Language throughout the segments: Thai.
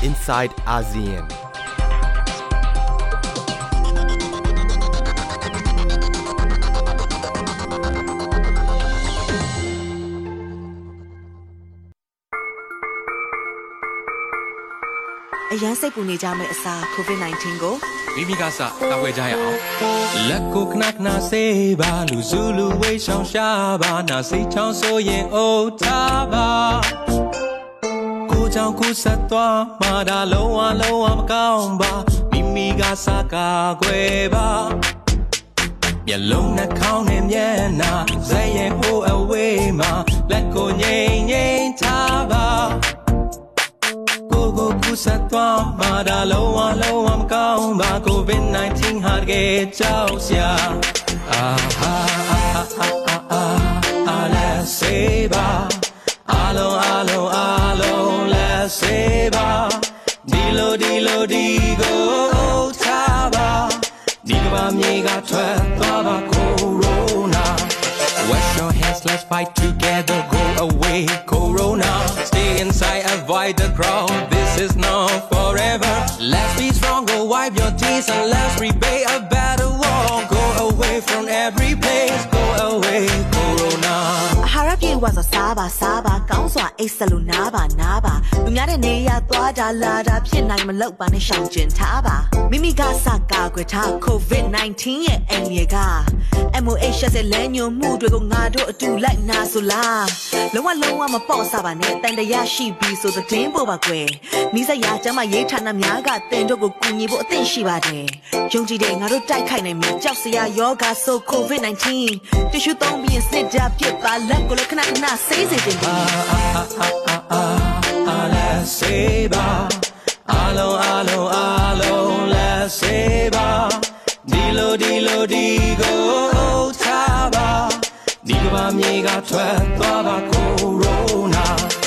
inside ASEAN အရန်စိတ်ပူနေကြမယ့်အစား COVID-19 ကိုမိမိကစကာကွယ်ကြရအောင်လက်ကိုခဏခဏဆေးပါလူစုလူဝေးရှောင်ရှားပါနာစိတ်ချောင်းဆိုရင်အိုးထားပါကိုကြောင့်ကိုဆက်သွားမှာဒါလုံးဝမကောင်းပါမိမိကစကာကွယ်ပါမျက်လုံးနဲ့ခေါင်းနဲ့မျက်နှာဇက်ရဲ့ဟိုအဝေးမှာလက်ကိုငိမ့်ထားပါကိုကူဆက်သွားမှာဒါလုံးဝမကောင်းပါ COVID-19 ဟာတကယ်ကြောက်စရာlet's save our အားလုံး let's save our ဒီလိုကိုထားပါဒီကဘာမြေကထွက်သွားပါ Corona Wash your hands, let's fight together. Go away, Corona. Stay inside, avoid the crowd. This is not forever. Let's be stronger, wipe your tears and let's repay a better world. Go away from every place. Go away, Corona. ဟာရပြေဝါစားပါကောင်းစွာအိတ်ဆက်လို့နားပါလူများတဲ့နေရသွားတာလာတာဖြစ်နိုင်မလောက်ပါနဲ့ရှောင်ကျဉ်ထားပါမိမိကစကာကွယ်ထား COVID-19 ရဲ့အန်ရက MOH ရဲ့လမ်းညွှန်မှုတွေကိုငါတို့အတူလိုက်နာဆိုလားလုံးဝမပေါ့စားပါနဲ့တန်တရားရှိပြီးဆိုသတင်းပို့ပါကွယ်နီးစပ်ရာကျမရေးဌာနများကတင်တို့ကိုကူညီဖို့အသင့်ရှိပါတယ်ယုံကြည်တဲ့ငါတို့တိုက်ခိုက်နိုင်မယ်ကြောက်စရာယောဂါဆို COVID-19 တ िश ူသုံးပြီးစစ်ကြပြစ်ပါလက်ကိုလည်းခဏဆေးစေတင်ပါ let's save our အားလုံး let's save our ဒီကိုထားပါဒီကဘာမြေကထွက်သွားပါ Corona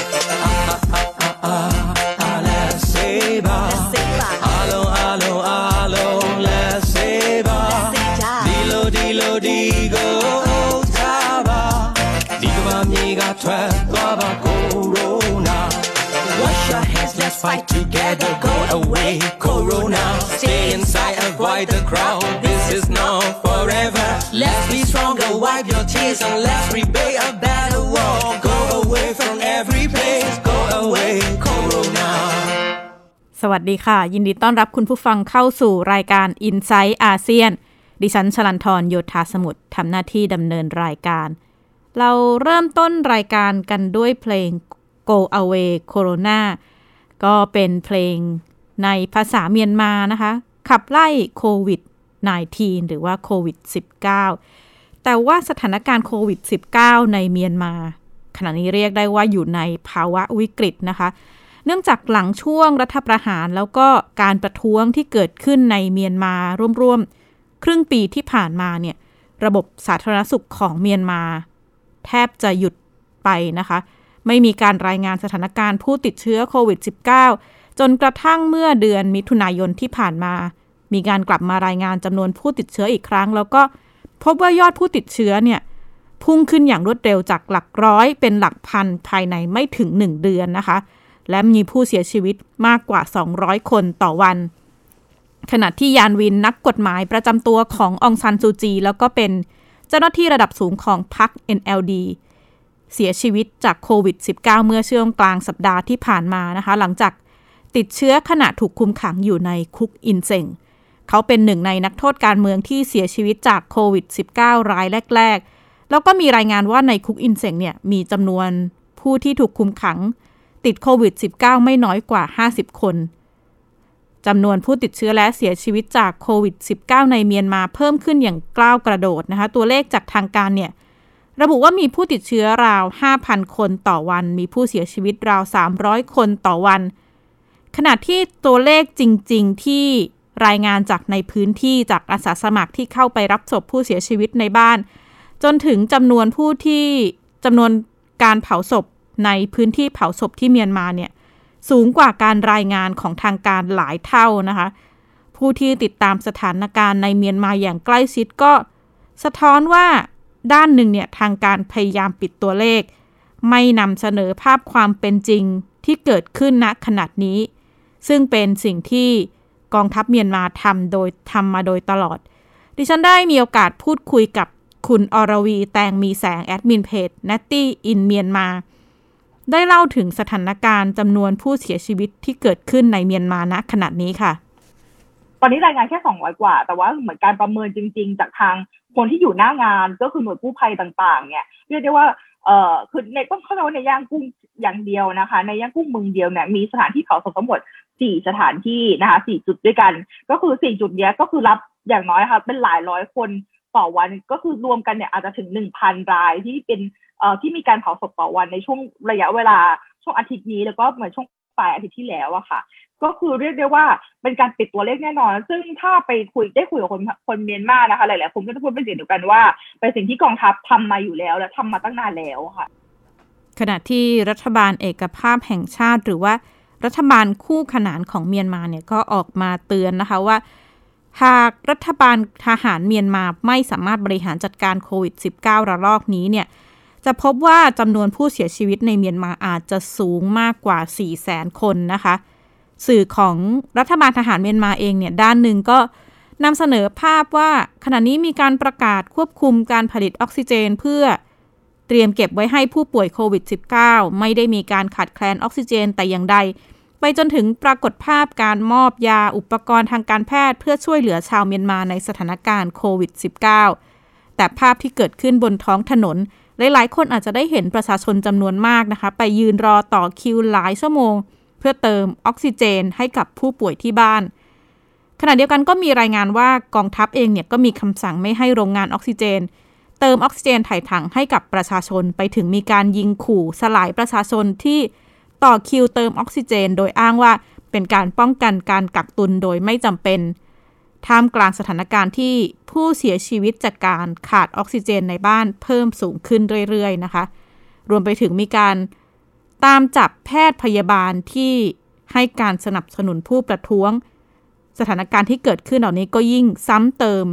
let's save our အားလုံး let's save our ဒီကိုထားပါဒီကဘာမြေကထွက်သွားပါ Corona Wash your hands, let's fight together. Go away, Corona. Stay inside, avoid the crowd. This is not forever. Let's be stronger, wipe your tears and let's repay a better world. Go away from every place. Go away, Corona. สวัสดีค่ะยินดีต้อนรับคุณผู้ฟังเข้าสู่รายการ Inside ASEAN ดิฉันชลันธรโยธาสมุทรทำหน้าที่ดำเนินรายการเราเริ่มต้นรายการกันด้วยเพลงGo Away Corona ก็เป็นเพลงในภาษาเมียนมานะคะขับไล่โควิด -19 หรือว่าโควิด -19 แต่ว่าสถานการณ์โควิด -19 ในเมียนมาขณะนี้เรียกได้ว่าอยู่ในภาวะวิกฤตนะคะเนื่องจากหลังช่วงรัฐประหารแล้วก็การประท้วงที่เกิดขึ้นในเมียนมาร่วมๆครึ่งปีที่ผ่านมาเนี่ยระบบสาธารณสุขของเมียนมาแทบจะหยุดไปนะคะไม่มีการรายงานสถานการณ์ผู้ติดเชื้อโควิด -19 จนกระทั่งเมื่อเดือนมิถุนายนที่ผ่านมามีการกลับมารายงานจำนวนผู้ติดเชื้ออีกครั้งแล้วก็พบว่ายอดผู้ติดเชื้อเนี่ยพุ่งขึ้นอย่างรวดเร็วจากหลักร้อยเป็นหลักพันภายในไม่ถึง1เดือนนะคะและมีผู้เสียชีวิตมากกว่า200คนต่อวันขณะที่ยานวินนักกฎหมายประจำตัวขององซานซูจีแล้วก็เป็นเจ้าหน้าที่ระดับสูงของพรรค NLDเสียชีวิตจากโควิด -19 เมื่อช่วงกลางสัปดาห์ที่ผ่านมานะคะหลังจากติดเชื้อขณะถูกคุมขังอยู่ในคุกอินเซงเขาเป็นหนึ่งในนักโทษการเมืองที่เสียชีวิตจากโควิด -19 รายแรกๆแล้วก็มีรายงานว่าในคุกอินเซงเนี่ยมีจำนวนผู้ที่ถูกคุมขังติดโควิด -19 ไม่น้อยกว่า50คนจำนวนผู้ติดเชื้อและเสียชีวิตจากโควิด -19 ในเมียนมาเพิ่มขึ้นอย่างก้าวกระโดดนะคะตัวเลขจากทางการเนี่ยระบุว่ามีผู้ติดเชื้อราว 5,000 คนต่อวันมีผู้เสียชีวิตราว300คนต่อวันขณะที่ตัวเลขจริงๆที่รายงานจากในพื้นที่จากอาสาสมัครที่เข้าไปรับศพผู้เสียชีวิตในบ้านจนถึงจำนวนการเผาศพในพื้นที่เผาศพที่เมียนมาเนี่ยสูงกว่าการรายงานของทางการหลายเท่านะคะผู้ที่ติดตามสถานการณ์ในเมียนมาอย่างใกล้ชิดก็สะท้อนว่าด้านหนึ่งเนี่ยทางการพยายามปิดตัวเลขไม่นำเสนอภาพความเป็นจริงที่เกิดขึ้นณขณะนี้ซึ่งเป็นสิ่งที่กองทัพเมียนมาทำมาโดยตลอดดิฉันได้มีโอกาสพูดคุยกับคุณอรวีแตงมีแสงแอดมินเพจ Natty in Myanmar ได้เล่าถึงสถานการณ์จำนวนผู้เสียชีวิตที่เกิดขึ้นในเมียนมาณขณะนี้ค่ะตอนนี้รายงานแค่200กว่าแต่ว่าเหมือนการประเมินจริงๆจากทางคนที่อยู่หน้างานก็คือหน่วยกู้ภัยต่างๆเนี่ยเรียกได้ว่าคือในต้องเข้าใจว่าในย่างกุ้งอย่างเดียวนะคะในย่างกุ้งเมืองเดียวเนี่ยมีสถานที่เผาศพทั้งหมด4สถานที่นะคะ4จุดด้วยกันก็คือ4จุดเนี้ยก็คือรับอย่างน้อยค่ะเป็นหลายร้อยคนต่อวันก็คือรวมกันเนี่ยอาจจะถึง 1,000 รายที่เป็นที่มีการเผาศพต่อวันในช่วงระยะเวลาช่วงอาทิตย์นี้แล้วก็เหมือนช่วงปลายอาทิตย์ที่แล้วอะค่ะก็คือเรียกได้ว่าเป็นการปิดตัวเลขแน่นอนซึ่งถ้าไปคุยกับคนเมียนมานะคะหลายๆคนก็จะพูดเป็นเสียงเดียวกันว่าเป็นสิ่งที่กองทัพทำมาอยู่แล้วและทำมาตั้งนานแล้วค่ะขณะที่รัฐบาลเอกภาพแห่งชาติหรือว่ารัฐบาลคู่ขนานของเมียนมาเนี่ยก็ออกมาเตือนนะคะว่าหากรัฐบาลทหารเมียนมาไม่สามารถบริหารจัดการโควิด -19 ระลอกนี้เนี่ยจะพบว่าจำนวนผู้เสียชีวิตในเมียนมาอาจจะสูงมากกว่า 400,000 คนนะคะสื่อของรัฐบาลทหารเมียนมาเองเนี่ยด้านหนึ่งก็นำเสนอภาพว่าขณะนี้มีการประกาศควบคุมการผลิตออกซิเจนเพื่อเตรียมเก็บไว้ให้ผู้ป่วยโควิด -19 ไม่ได้มีการขาดแคลนออกซิเจนแต่อย่างใดไปจนถึงปรากฏภาพการมอบยาอุปกรณ์ทางการแพทย์เพื่อช่วยเหลือชาวเมียนมาในสถานการณ์โควิด -19 แต่ภาพที่เกิดขึ้นบนท้องถนนหลายๆคนอาจจะได้เห็นประชาชนจำนวนมากนะคะไปยืนรอต่อคิวหลายชั่วโมงเพื่อเติมออกซิเจนให้กับผู้ป่วยที่บ้านขณะเดียวกันก็มีรายงานว่ากองทัพเองเนี่ยก็มีคำสั่งไม่ให้โรงงานออกซิเจนเติมออกซิเจนถ่ายถังให้กับประชาชนไปถึงมีการยิงขู่สลายประชาชนที่ต่อคิวเติมออกซิเจนโดยอ้างว่าเป็นการป้องกันการกักตุนโดยไม่จำเป็นท่ามกลางสถานการณ์ที่ผู้เสียชีวิตจากการขาดออกซิเจนในบ้านเพิ่มสูงขึ้นเรื่อยๆนะคะรวมไปถึงมีการตามจับแพทย์พยาบาลที่ให้การสนับสนุนผู้ประท้วงสถานการณ์ที่เกิดขึ้นเหล่านี้ก็ยิ่งซ้ำเติม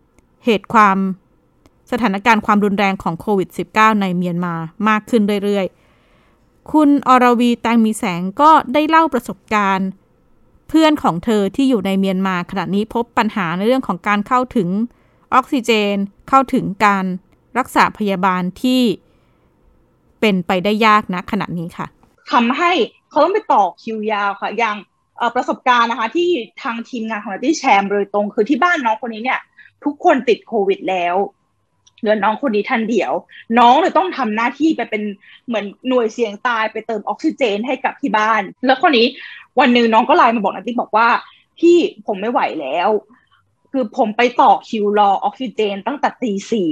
สถานการณ์ความรุนแรงของโควิด -19 ในเมียนมามากขึ้นเรื่อยๆคุณอรวีแตงมีแสงก็ได้เล่าประสบการณ์เพื่อนของเธอที่อยู่ในเมียนมาขณะนี้พบปัญหาในเรื่องของการเข้าถึงออกซิเจนเข้าถึงการรักษาพยาบาลที่เป็นไปได้ยากนะขณะนี้ค่ะทำให้เขาต้องไปต่อคิวยาวค่ะอย่างประสบการณ์นะคะที่ทางทีมงานของที่แชร์โดยตรงคือที่บ้านน้องคนนี้เนี่ยทุกคนติดโควิดแล้วเหลือน้องคนนี้ท่านเดียวน้องเลยต้องทำหน้าที่ไปเป็นเหมือนหน่วยเสี่ยงตายไปเติมออกซิเจนให้กับที่บ้านแล้วคนนี้วันนึงน้องก็ไลน์มาบอกนัทติ๊กบอกว่าพี่ผมไม่ไหวแล้วคือผมไปต่อคิวรอออกซิเจนตั้งแต่ตี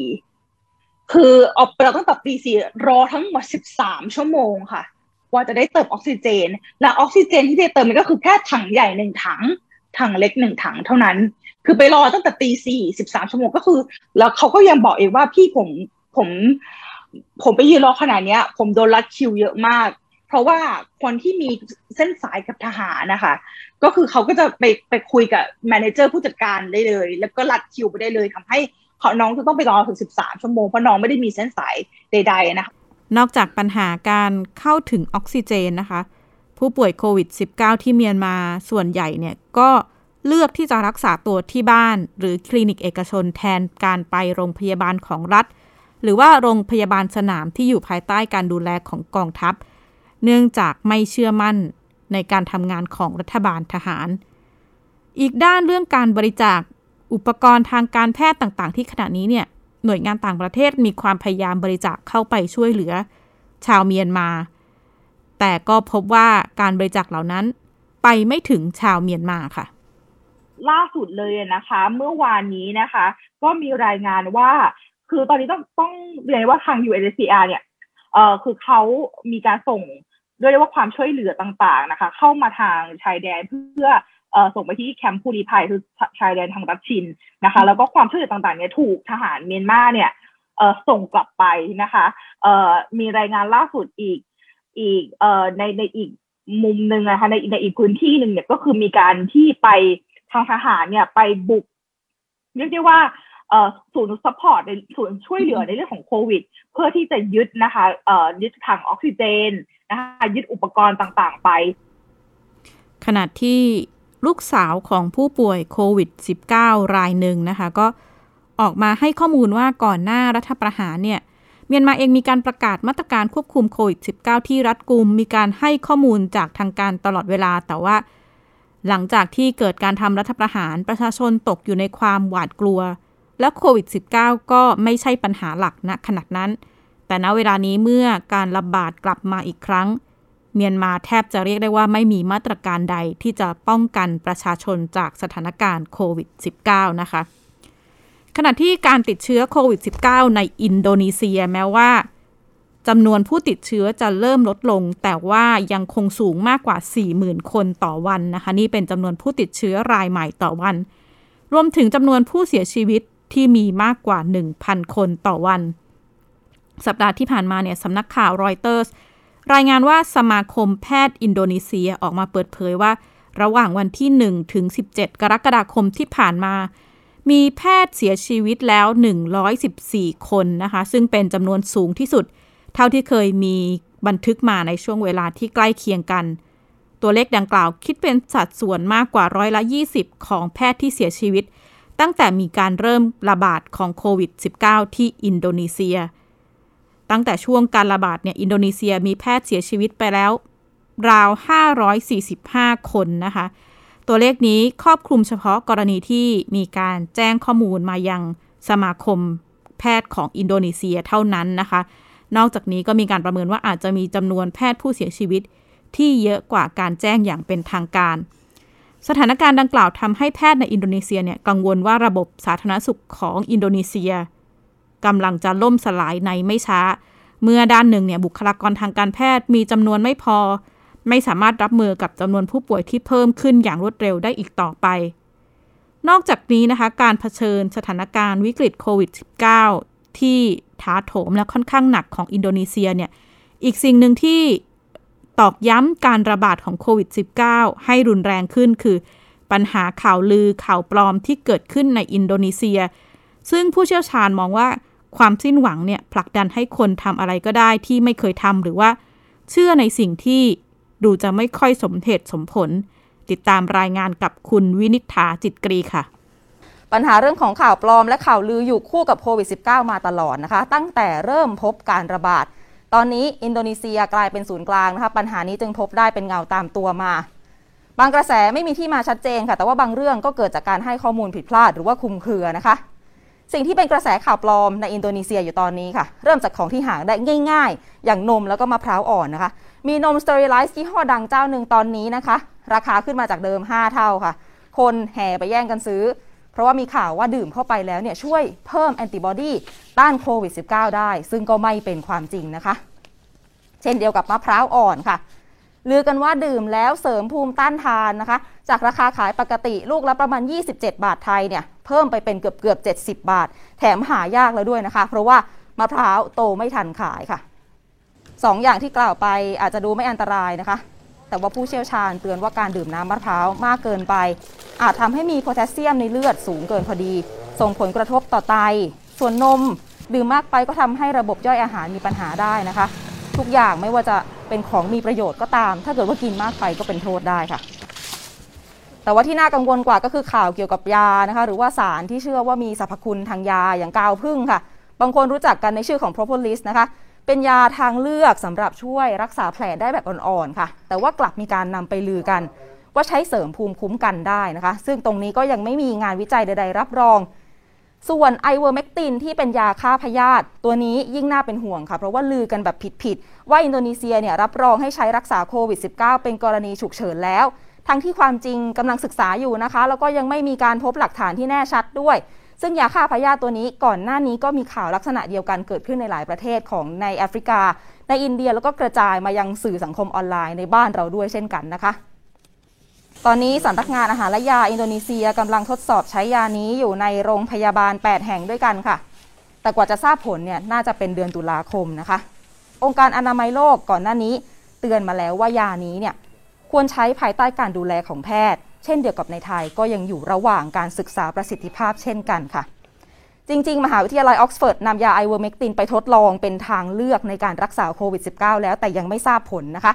4คือออกไปตั้งแต่ตี 4รอทั้งหมด13ชั่วโมงค่ะกว่าจะได้เติมออกซิเจนและออกซิเจนที่ได้เติมมันก็คือแค่ถังใหญ่1ถังถังเล็ก1ถังเท่านั้นคือไปรอตั้งแต่ตี 4 13ชั่วโมงก็คือแล้วเขาก็ยังบอกเองว่าพี่ผมไปยืนรอขนาดนี้ผมโดนรัดคิวเยอะมากเพราะว่าคนที่มีเส้นสายกับทหารนะคะก็คือเขาก็จะไปคุยกับแมเนเจอร์ผู้จัดการได้เลยแล้วก็รัดคิวไปได้เลยทำให้น้องจะต้องไปรอถึง13ชั่วโมงเพราะน้องไม่ได้มีเส้นสายใดๆนะคะนอกจากปัญหาการเข้าถึงออกซิเจนนะคะผู้ป่วยโควิด -19 ที่เมียนมาส่วนใหญ่เนี่ยก็เลือกที่จะรักษาตัวที่บ้านหรือคลินิกเอกชนแทนการไปโรงพยาบาลของรัฐหรือว่าโรงพยาบาลสนามที่อยู่ภายใต้การดูแลของกองทัพเนื่องจากไม่เชื่อมั่นในการทำงานของรัฐบาลทหารอีกด้านเรื่องการบริจาคอุปกรณ์ทางการแพทย์ต่างๆที่ขณะนี้เนี่ยหน่วยงานต่างประเทศมีความพยายามบริจาคเข้าไปช่วยเหลือชาวเมียนมาแต่ก็พบว่าการบริจาคเหล่านั้นไปไม่ถึงชาวเมียนมาค่ะล่าสุดเลยนะคะเมื่อวานนี้นะคะก็มีรายงานว่าคือตอนนี้ต้องเรียนว่าทาง UNHCR เนี่ยคือเขามีการส่งด้วยว่าความช่วยเหลือต่างๆนะคะเข้ามาทางชายแดนเพื่อส่งไปที่แคมป์ผู้ลี้ภัยคือชายแดนทางรัฐชินนะคะแล้วก็ความช่วยเหลือต่างๆเนี่ยถูกทหารเมียนมาเนี่ยส่งกลับไปนะคะมีรายงานล่าสุดอีกในอีกมุมนึงนะคะในอีกพื้นที่นึงเนี่ยก็คือมีการที่ไปทางทหารเนี่ยไปบุกเรียกได้ว่าศูนย์ซัพพอร์ตในศูนย์ช่วยเหลือในเรื่องของโควิดเพื่อที่จะยึดนะคะยึดถังออกซิเจนนะคะยึดอุปกรณ์ต่างๆไปขณะที่ลูกสาวของผู้ป่วยโควิด -19 รายหนึ่งนะคะก็ออกมาให้ข้อมูลว่าก่อนหน้ารัฐประหารเนี่ยเมียนมาเองมีการประกาศมาตรการควบคุมโควิด -19 ที่รัดกุมมีการให้ข้อมูลจากทางการตลอดเวลาแต่ว่าหลังจากที่เกิดการทำรัฐประหารประชาชนตกอยู่ในความหวาดกลัวและโควิด -19 ก็ไม่ใช่ปัญหาหลักณขณะนั้นแต่ณเวลานี้เมื่อการระบาดกลับมาอีกครั้งเมียนมาแทบจะเรียกได้ว่าไม่มีมาตรการใดที่จะป้องกันประชาชนจากสถานการณ์โควิด -19 นะคะขณะที่การติดเชื้อโควิด -19 ในอินโดนีเซียแม้ว่าจำนวนผู้ติดเชื้อจะเริ่มลดลงแต่ว่ายังคงสูงมากกว่า 40,000 คนต่อวันนะคะนี่เป็นจำนวนผู้ติดเชื้อรายใหม่ต่อวันรวมถึงจำนวนผู้เสียชีวิตที่มีมากกว่า 1,000 คนต่อวันสัปดาห์ที่ผ่านมาเนี่ยสำนักข่าวรอยเตอร์สรายงานว่าสมาคมแพทย์อินโดนีเซียออกมาเปิดเผยว่าระหว่างวันที่1ถึง17กรกฎาคมที่ผ่านมามีแพทย์เสียชีวิตแล้ว114คนนะคะซึ่งเป็นจำนวนสูงที่สุดเท่าที่เคยมีบันทึกมาในช่วงเวลาที่ใกล้เคียงกันตัวเลขดังกล่าวคิดเป็นสัดส่วนมากกว่า20%ของแพทย์ที่เสียชีวิตตั้งแต่มีการเริ่มระบาดของโควิด -19 ที่อินโดนีเซียตั้งแต่ช่วงการระบาดเนี่ยอินโดนีเซียมีแพทย์เสียชีวิตไปแล้วราว545คนนะคะตัวเลขนี้ครอบคลุมเฉพาะกรณีที่มีการแจ้งข้อมูลมายังสมาคมแพทย์ของอินโดนีเซียเท่านั้นนะคะนอกจากนี้ก็มีการประเมินว่าอาจจะมีจำนวนแพทย์ผู้เสียชีวิตที่เยอะกว่าการแจ้งอย่างเป็นทางการสถานการณ์ดังกล่าวทำให้แพทย์ในอินโดนีเซียเนี่ยกังวลว่าระบบสาธารณสุขของอินโดนีเซียกำลังจะล่มสลายในไม่ช้าเมื่อด้านหนึ่งเนี่ยบุคลากรทางการแพทย์มีจำนวนไม่พอไม่สามารถรับมือกับจำนวนผู้ป่วยที่เพิ่มขึ้นอย่างรวดเร็วได้อีกต่อไปนอกจากนี้นะคะการเผชิญสถานการณ์วิกฤตโควิด -19 ที่ถาโถมและค่อนข้างหนักของอินโดนีเซียเนี่ยอีกสิ่งหนึ่งที่ตอกย้ำการระบาดของโควิด -19 ให้รุนแรงขึ้นคือปัญหาข่าวลือข่าวปลอมที่เกิดขึ้นในอินโดนีเซียซึ่งผู้เชี่ยวชาญมองว่าความสิ้นหวังเนี่ยผลักดันให้คนทำอะไรก็ได้ที่ไม่เคยทำหรือว่าเชื่อในสิ่งที่ดูจะไม่ค่อยสมเหตุสมผลติดตามรายงานกับคุณวินิษฐาจิตกรีค่ะปัญหาเรื่องของข่าวปลอมและข่าวลืออยู่คู่กับโควิด -19 มาตลอดนะคะตั้งแต่เริ่มพบการระบาดตอนนี้อินโดนีเซียกลายเป็นศูนย์กลางนะคะปัญหานี้จึงพบได้เป็นเงาตามตัวมาบางกระแสไม่มีที่มาชัดเจนค่ะแต่ว่าบางเรื่องก็เกิดจากการให้ข้อมูลผิดพลาดหรือว่าคลุมเครือนะคะสิ่งที่เป็นกระแสข่าวปลอมในอินโดนีเซียอยู่ตอนนี้ค่ะเริ่มจากของที่หาได้ง่ายๆอย่างนมแล้วก็มะพร้าวอ่อนนะคะมีนมสเตอริไลซ์ยี่ห้อดังเจ้าหนึ่งตอนนี้นะคะราคาขึ้นมาจากเดิม5เท่าค่ะคนแห่ไปแย่งกันซื้อเพราะว่ามีข่าวว่าดื่มเข้าไปแล้วเนี่ยช่วยเพิ่มแอนติบอดีต้านโควิด -19 ได้ซึ่งก็ไม่เป็นความจริงนะคะเช่นเดียวกับมะพร้าวอ่อนค่ะลือกันว่าดื่มแล้วเสริมภูมิต้านทานนะคะจากราคาขายปกติลูกละประมาณ27 บาทไทยเนี่ยเพิ่มไปเป็นเกือบ70 บาทแถมหายากแล้วด้วยนะคะเพราะว่ามะพร้าวโตไม่ทันขายค่ะ2 อย่างที่กล่าวไปอาจจะดูไม่อันตรายนะคะแต่ว่าผู้เชี่ยวชาญเตือนว่าการดื่มน้ำมะพร้าวมากเกินไปอาจทำให้มีโพแทสเซียมในเลือดสูงเกินพอดีส่งผลกระทบต่อไตส่วนนมดื่มมากไปก็ทำให้ระบบย่อยอาหารมีปัญหาได้นะคะทุกอย่างไม่ว่าจะเป็นของมีประโยชน์ก็ตามถ้าเกิดว่ากินมากไปก็เป็นโทษได้ค่ะแต่ว่าที่น่ากังวลกว่าก็คือข่าวเกี่ยวกับยานะคะหรือว่าสารที่เชื่อว่ามีสรรพคุณทางยาอย่างกาวผึ้งค่ะบางคนรู้จักกันในชื่อของ Propolis นะคะเป็นยาทางเลือกสำหรับช่วยรักษาแผลได้แบบอ่อนๆค่ะแต่ว่ากลับมีการนำไปลือกันว่าใช้เสริมภูมิคุ้มกันได้นะคะซึ่งตรงนี้ก็ยังไม่มีงานวิจัยใดๆรับรองส่วนไอเวอร์เมกตินที่เป็นยาฆ่าพยาธิตัวนี้ยิ่งน่าเป็นห่วงค่ะเพราะว่าลือกันแบบผิดๆว่าอินโดนีเซียเนี่ยรับรองให้ใช้รักษาโควิด -19 เป็นกรณีฉุกเฉินแล้วทั้งที่ความจริงกำลังศึกษาอยู่นะคะแล้วก็ยังไม่มีการพบหลักฐานที่แน่ชัดด้วยซึ่งยาฆ่าพยาธิตัวนี้ก่อนหน้านี้ก็มีข่าวลักษณะเดียวกันเกิดขึ้นในหลายประเทศของในแอฟริกาในอินเดียแล้วก็กระจายมายังสื่อสังคมออนไลน์ในบ้านเราด้วยเช่นกันนะคะตอนนี้สำนักงานอาหารและยาอินโดนีเซียกำลังทดสอบใช้ยานี้อยู่ในโรงพยาบาล8แห่งด้วยกันค่ะแต่กว่าจะทราบผลเนี่ยน่าจะเป็นเดือนตุลาคมนะคะองค์การอนามัยโลกก่อนหน้านี้เตือนมาแล้วว่ายานี้เนี่ยควรใช้ภายใต้การดูแลของแพทย์เช่นเดียวกับในไทยก็ยังอยู่ระหว่างการศึกษาประสิทธิภาพเช่นกันค่ะจริงๆมหาวิทยาลัยออกซฟอร์ดนำยาไอเวอร์เมกตินไปทดลองเป็นทางเลือกในการรักษาโควิด -19 แล้วแต่ยังไม่ทราบผลนะคะ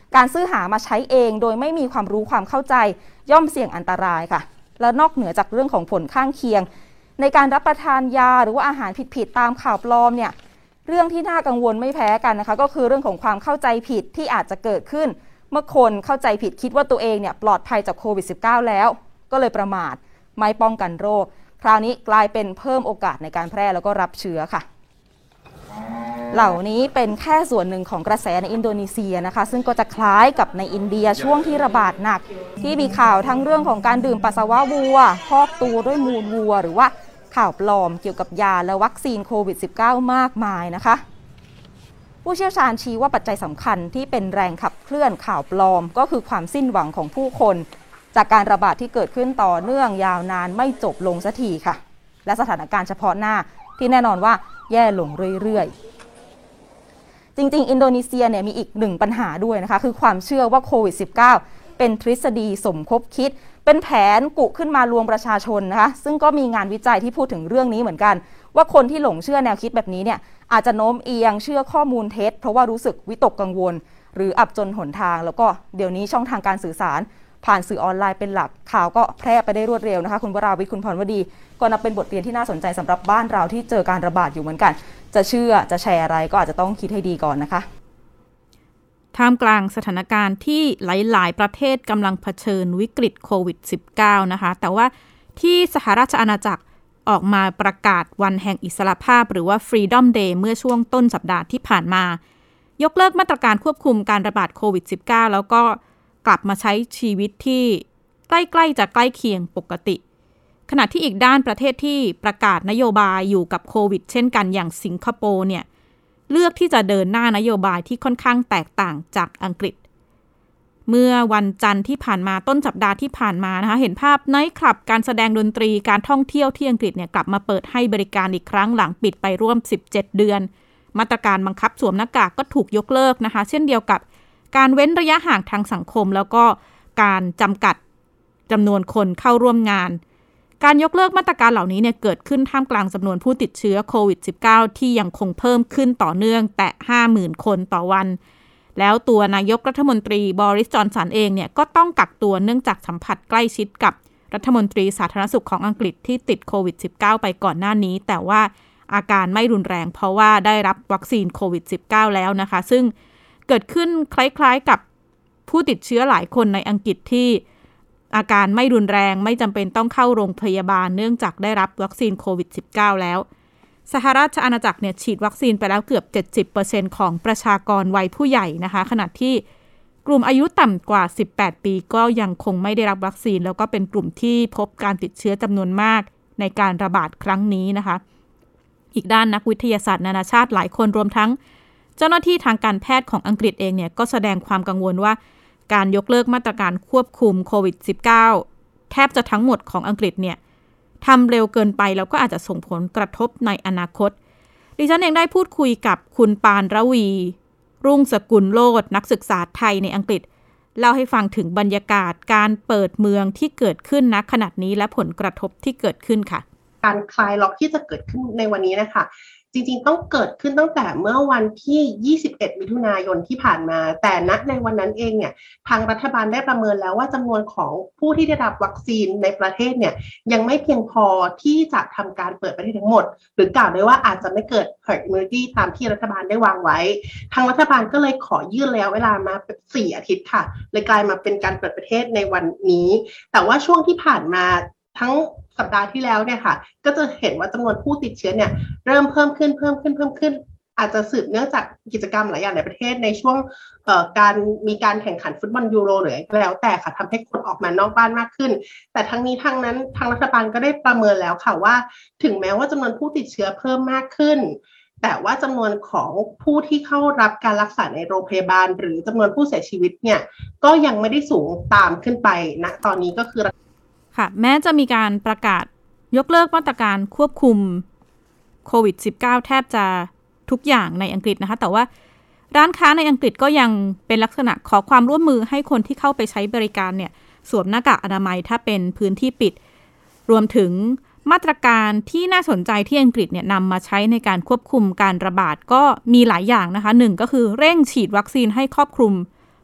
การซื้อหามาใช้เองโดยไม่มีความรู้ความเข้าใจย่อมเสี่ยงอันตรายค่ะและนอกเหนือจากเรื่องของผลข้างเคียงในการรับประทานยาหรือว่าอาหารผิดๆตามข่าวปลอมเนี่ยเรื่องที่น่ากังวลไม่แพ้กันนะคะก็คือเรื่องของความเข้าใจผิดที่อาจจะเกิดขึ้นเมื่อคนเข้าใจผิดคิดว่าตัวเองเนี่ยปลอดภัยจากโควิด -19 แล้วก็เลยประมาทไม่ป้องกันโรคคราวนี้กลายเป็นเพิ่มโอกาสในการแพร่แล้วก็รับเชื้อค่ะเหล่านี้เป็นแค่ส่วนหนึ่งของกระแสในอินโดนีเซียนะคะซึ่งก็จะคล้ายกับในอินเดียช่วงที่ระบาดหนักที่มีข่าวทั้งเรื่องของการดื่มปัสสาวะวัวพอกตัวด้วยมูลวัวหรือว่าข่าวปลอมเกี่ยวกับยาและวัคซีนโควิด -19 มากมายนะคะผู้เชี่ยวชาญชี้ว่าปัจจัยสำคัญที่เป็นแรงขับเคลื่อนข่าวปลอมก็คือความสิ้นหวังของผู้คนจากการระบาดที่เกิดขึ้นต่อเนื่องยาวนานไม่จบลงสักทีค่ะและสถานการณ์เฉพาะหน้าที่แน่นอนว่าแย่ลงเรื่อยๆจริงๆอินโดนีเซียเนี่ยมีอีกหนึ่งปัญหาด้วยนะคะคือความเชื่อว่าโควิด -19 เป็นทฤษฎีสมคบคิดเป็นแผนกุขึ้นมาลวงประชาชนนะคะซึ่งก็มีงานวิจัยที่พูดถึงเรื่องนี้เหมือนกันว่าคนที่หลงเชื่อแนวคิดแบบนี้เนี่ยอาจจะโน้มเอียงเชื่อข้อมูลเท็จเพราะว่ารู้สึกวิตกกังวลหรืออับจนหนทางแล้วก็เดี๋ยวนี้ช่องทางการสื่อสารผ่านสื่อออนไลน์เป็นหลักข่าวก็แพร่ไปได้รวดเร็วนะคะคุณวราวิทย์คุณพรวดีก็นับเป็นบทเรียนที่น่าสนใจสำหรับบ้านเราที่เจอการระบาดอยู่เหมือนกันจะเชื่อจะแชร์อะไรก็อาจจะต้องคิดให้ดีก่อนนะคะท่ามกลางสถานการณ์ที่หลายๆประเทศกำลังเผชิญวิกฤตโควิด -19 นะคะแต่ว่าที่สหราชอาณาจักรออกมาประกาศวันแห่งอิสรภาพหรือว่า Freedom Day เมื่อช่วงต้นสัปดาห์ที่ผ่านมายกเลิกมาตรการควบคุมการระบาดโควิด -19 แล้วก็กลับมาใช้ชีวิตที่ใกล้ๆจะใกล้เคียงปกติขณะที่อีกด้านประเทศที่ประกาศนโยบายอยู่กับโควิดเช่นกันอย่างสิงคโปร์เนี่ยเลือกที่จะเดินหน้านโยบายที่ค่อนข้างแตกต่างจากอังกฤษเมื่อวันจันทร์ที่ผ่านมาต้นสัปดาห์ที่ผ่านมานะคะเห็นภาพไนท์คลับการแสดงดนตรีการท่องเที่ยวที่อังกฤษเนี่ยกลับมาเปิดให้บริการอีกครั้งหลังปิดไปร่วม17เดือนมาตรการบังคับสวมหน้ากากก็ถูกยกเลิกนะคะเช่นเดียวกับการเว้นระยะห่างทางสังคมแล้วก็การจำกัดจำนวนคนเข้าร่วมงานการยกเลิกมาตรการเหล่านี้เนี่ยเกิดขึ้นท่ามกลางจำนวนผู้ติดเชื้อโควิด -19 ที่ยังคงเพิ่มขึ้นต่อเนื่องแต่ 50,000 คนต่อวันแล้วตัวนายกรัฐมนตรีบอริส จอนสันเองเนี่ยก็ต้องกักตัวเนื่องจากสัมผัสใกล้ชิดกับรัฐมนตรีสาธารณสุขของอังกฤษที่ติดโควิด -19 ไปก่อนหน้านี้แต่ว่าอาการไม่รุนแรงเพราะว่าได้รับวัคซีนโควิด -19 แล้วนะคะซึ่งเกิดขึ้นคล้ายๆกับผู้ติดเชื้อหลายคนในอังกฤษที่อาการไม่รุนแรงไม่จำเป็นต้องเข้าโรงพยาบาลเนื่องจากได้รับวัคซีนโควิด -19 แล้วสหราชอาณาจักรเนี่ยฉีดวัคซีนไปแล้วเกือบ 70% ของประชากรวัยผู้ใหญ่นะคะขณะที่กลุ่มอายุต่ำกว่า18ปีก็ยังคงไม่ได้รับวัคซีนแล้วก็เป็นกลุ่มที่พบการติดเชื้อจำนวนมากในการระบาดครั้งนี้นะคะอีกด้านนักวิทยาศาสตร์นานาชาติหลายคนรวมทั้งเจ้าหน้าที่ทางการแพทย์ของอังกฤษเองเนี่ยก็แสดงความกังวลว่าการยกเลิกมาตรการควบคุมโควิด -19 แทบจะทั้งหมดของอังกฤษเนี่ยทำเร็วเกินไปแล้วก็อาจจะส่งผลกระทบในอนาคตดิฉันเองได้พูดคุยกับคุณปานระวีรุ่งสกุลโลดนักศึกษาไทยในอังกฤษเล่าให้ฟังถึงบรรยากาศการเปิดเมืองที่เกิดขึ้นณขณะนี้และผลกระทบที่เกิดขึ้นค่ะการคลายล็อกที่จะเกิดขึ้นในวันนี้นะคะจริงๆต้องเกิดขึ้นตั้งแต่เมื่อวันที่21มิถุนายนที่ผ่านมาแต่ณในวันนั้นเองเนี่ยทางรัฐบาลได้ประเมินแล้วว่าจำนวนของผู้ที่ได้รับวัคซีนในประเทศเนี่ยยังไม่เพียงพอที่จะทำการเปิดประเทศทั้งหมดหรือกล่าวได้ว่าอาจจะไม่เกิด herd immunity ตามที่รัฐบาลได้วางไว้ทางรัฐบาลก็เลยขอยืดระยะเวลามาเป็น4 อาทิตย์ค่ะเลยกลายมาเป็นการเปิดประเทศในวันนี้แต่ว่าช่วงที่ผ่านมาทั้งสัปดาห์ที่แล้วเนี่ยค่ะก็จะเห็นว่าจำนวนผู้ติดเชื้อเนี่ยเริ่มเพิ่มขึ้นอาจจะสืบเนื่องจากกิจกรรมหลายอย่างในประเทศในช่วงการมีการแข่งขันฟุตบอลยูโรหรืออะไรแล้วแต่ค่ะทำให้คนออกมานอกบ้านมากขึ้นแต่ทั้งนี้ทั้งนั้นทางรัฐบาลก็ได้ประเมินแล้วค่ะว่าถึงแม้ว่าจำนวนผู้ติดเชื้อเพิ่มมากขึ้นแต่ว่าจำนวนของผู้ที่เข้ารับการรักษาในโรงพยาบาลหรือจำนวนผู้เสียชีวิตเนี่ยก็ยังไม่ได้สูงตามขึ้นไปณตอนนี้ก็คือค่ะแม้จะมีการประกาศยกเลิกมาตรการควบคุมโควิด -19 แทบจะทุกอย่างในอังกฤษนะคะแต่ว่าร้านค้าในอังกฤษก็ยังเป็นลักษณะขอความร่วมมือให้คนที่เข้าไปใช้บริการเนี่ยสวมหน้ากากอนามัยถ้าเป็นพื้นที่ปิดรวมถึงมาตรการที่น่าสนใจที่อังกฤษเนี่ยนำมาใช้ในการควบคุมการระบาดก็มีหลายอย่างนะคะหนึ่งก็คือเร่งฉีดวัคซีนให้ครอบคลุม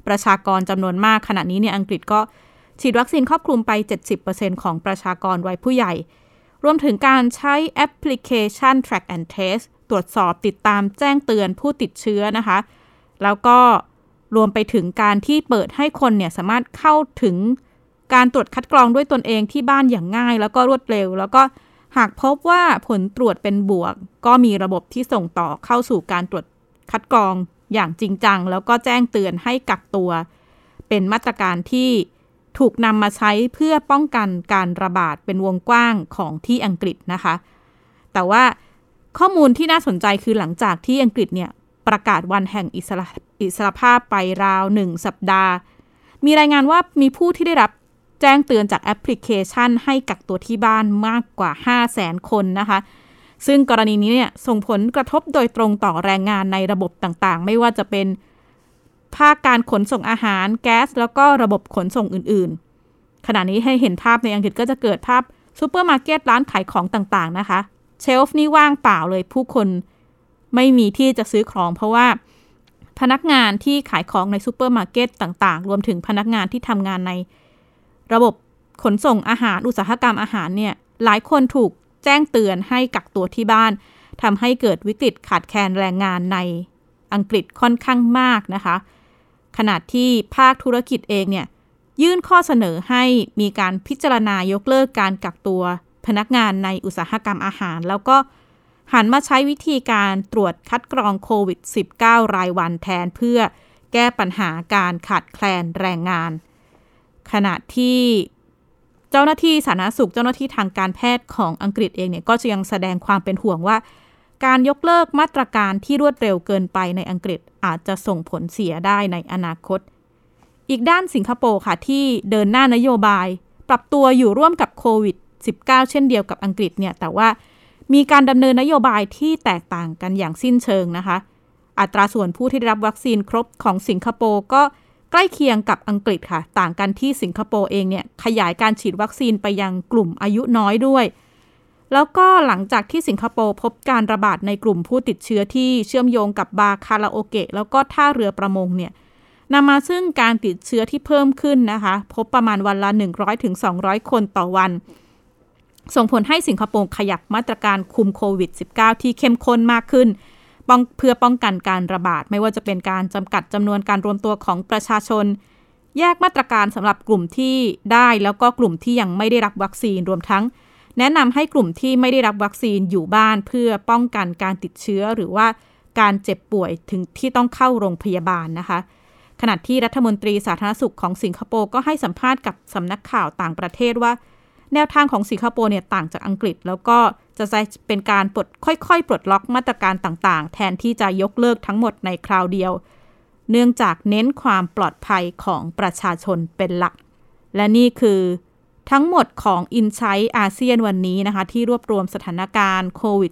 ประชากรจำนวนมากขณะนี้เนี่ยอังกฤษก็ฉีดวัคซีนครอบคลุมไป 70% ของประชากรวัยผู้ใหญ่รวมถึงการใช้แอปพลิเคชัน Track and Trace ตรวจสอบติดตามแจ้งเตือนผู้ติดเชื้อนะคะแล้วก็รวมไปถึงการที่เปิดให้คนเนี่ยสามารถเข้าถึงการตรวจคัดกรองด้วยตนเองที่บ้านอย่างง่ายแล้วก็รวดเร็วแล้วก็หากพบว่าผลตรวจเป็นบวกก็มีระบบที่ส่งต่อเข้าสู่การตรวจคัดกรองอย่างจริงจังแล้วก็แจ้งเตือนให้กักตัวเป็นมาตรการที่ถูกนำมาใช้เพื่อป้องกันการระบาดเป็นวงกว้างของที่อังกฤษนะคะแต่ว่าข้อมูลที่น่าสนใจคือหลังจากที่อังกฤษเนี่ยประกาศวันแห่งอิสรภาพไปราว1สัปดาห์มีรายงานว่ามีผู้ที่ได้รับแจ้งเตือนจากแอปพลิเคชันให้กักตัวที่บ้านมากกว่า 500,000 คนนะคะซึ่งกรณีนี้เนี่ยส่งผลกระทบโดยตรงต่อแรงงานในระบบต่างๆไม่ว่าจะเป็นภาคการขนส่งอาหารแก๊สแล้วก็ระบบขนส่งอื่นๆขณะนี้ให้เห็นภาพในอังกฤษก็จะเกิดภาพซูเปอร์มาร์เก็ตร้านขายของต่างๆนะคะเชลฟ์นี่ว่างเปล่าเลยผู้คนไม่มีที่จะซื้อของเพราะว่าพนักงานที่ขายของในซูเปอร์มาร์เก็ตต่างๆรวมถึงพนักงานที่ทำงานในระบบขนส่งอาหารอุตสาหกรรมอาหารเนี่ยหลายคนถูกแจ้งเตือนให้กักตัวที่บ้านทำให้เกิดวิกฤตขาดแคลนแรงงานในอังกฤษค่อนข้างมากนะคะขณะที่ภาคธุรกิจเองเนี่ยยื่นข้อเสนอให้มีการพิจารณายกเลิกการกักตัวพนักงานในอุตสาหกรรมอาหารแล้วก็หันมาใช้วิธีการตรวจคัดกรองโควิด -19 รายวันแทนเพื่อแก้ปัญหาการขาดแคลนแรงงานขณะที่เจ้าหน้าที่สาธารณสุขเจ้าหน้าที่ทางการแพทย์ของอังกฤษเองเนี่ยก็จะยังแสดงความเป็นห่วงว่าการยกเลิกมาตรการที่รวดเร็วเกินไปในอังกฤษอาจจะส่งผลเสียได้ในอนาคตอีกด้านสิงคโปร์ค่ะที่เดินหน้านโยบายปรับตัวอยู่ร่วมกับโควิด -19 เช่นเดียวกับอังกฤษเนี่ยแต่ว่ามีการดำเนินนโยบายที่แตกต่างกันอย่างสิ้นเชิงนะคะอัตราส่วนผู้ที่ได้รับวัคซีนครบของสิงคโปร์ก็ใกล้เคียงกับอังกฤษค่ะต่างกันที่สิงคโปร์เองเนี่ยขยายการฉีดวัคซีนไปยังกลุ่มอายุน้อยด้วยแล้วก็หลังจากที่สิงคโปร์พบการระบาดในกลุ่มผู้ติดเชื้อที่เชื่อมโยงกับบาร์คาราโอเกะแล้วก็ท่าเรือประมงเนี่ยนำมาซึ่งการติดเชื้อที่เพิ่มขึ้นนะคะพบประมาณวันละ 100-200 คนต่อวันส่งผลให้สิงคโปร์ขยับมาตรการคุมโควิด -19 ที่เข้มข้นมากขึ้นเพื่อป้องกันการระบาดไม่ว่าจะเป็นการจำกัดจำนวนการรวมตัวของประชาชนแยกมาตรการสำหรับกลุ่มที่ได้แล้วก็กลุ่มที่ยังไม่ได้รับวัคซีนรวมทั้งแนะนำให้กลุ่มที่ไม่ได้รับวัคซีนอยู่บ้านเพื่อป้องกันการติดเชื้อหรือว่าการเจ็บป่วยถึงที่ต้องเข้าโรงพยาบาลนะคะขณะที่รัฐมนตรีสาธารณสุขของสิงคโปร์ก็ให้สัมภาษณ์กับสำนักข่าวต่างประเทศว่าแนวทางของสิงคโปร์เนี่ยต่างจากอังกฤษแล้วก็จะเป็นการค่อยๆปลดล็อกมาตรการต่างๆแทนที่จะยกเลิกทั้งหมดในคราวเดียวเนื่องจากเน้นความปลอดภัยของประชาชนเป็นหลักและนี่คือทั้งหมดของ Insight อาเซียนวันนี้นะคะที่รวบรวมสถานการณ์โควิด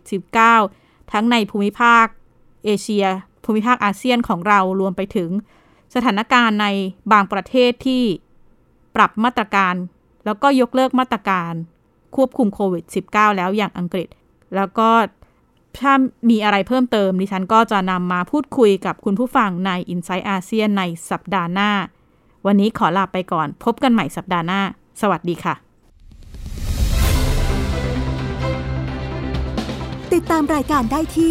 -19 ทั้งในภูมิภาคเอเชียภูมิภาคอาเซียนของเรารวมไปถึงสถานการณ์ในบางประเทศที่ปรับมาตรการแล้วก็ยกเลิกมาตรการควบคุมโควิด -19 แล้วอย่างอังกฤษแล้วก็ถ้ามีอะไรเพิ่มเติมดิฉันก็จะนำมาพูดคุยกับคุณผู้ฟังใน Insight อาเซียนในสัปดาห์หน้าวันนี้ขอลาไปก่อนพบกันใหม่สัปดาห์หน้าสวัสดีค่ะติดตามรายการได้ที่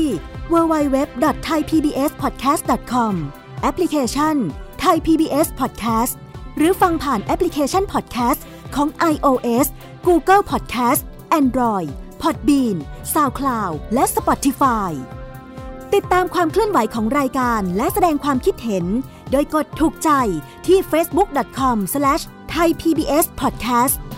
www.thaipbspodcast.com แอปพลิเคชัน Thai PBS Podcast หรือฟังผ่านแอปพลิเคชัน Podcast ของ iOS Google Podcast Android Podbean SoundCloud และ Spotify ติดตามความเคลื่อนไหวของรายการและแสดงความคิดเห็นโดยกดถูกใจที่ facebook.com/thaipbspodcast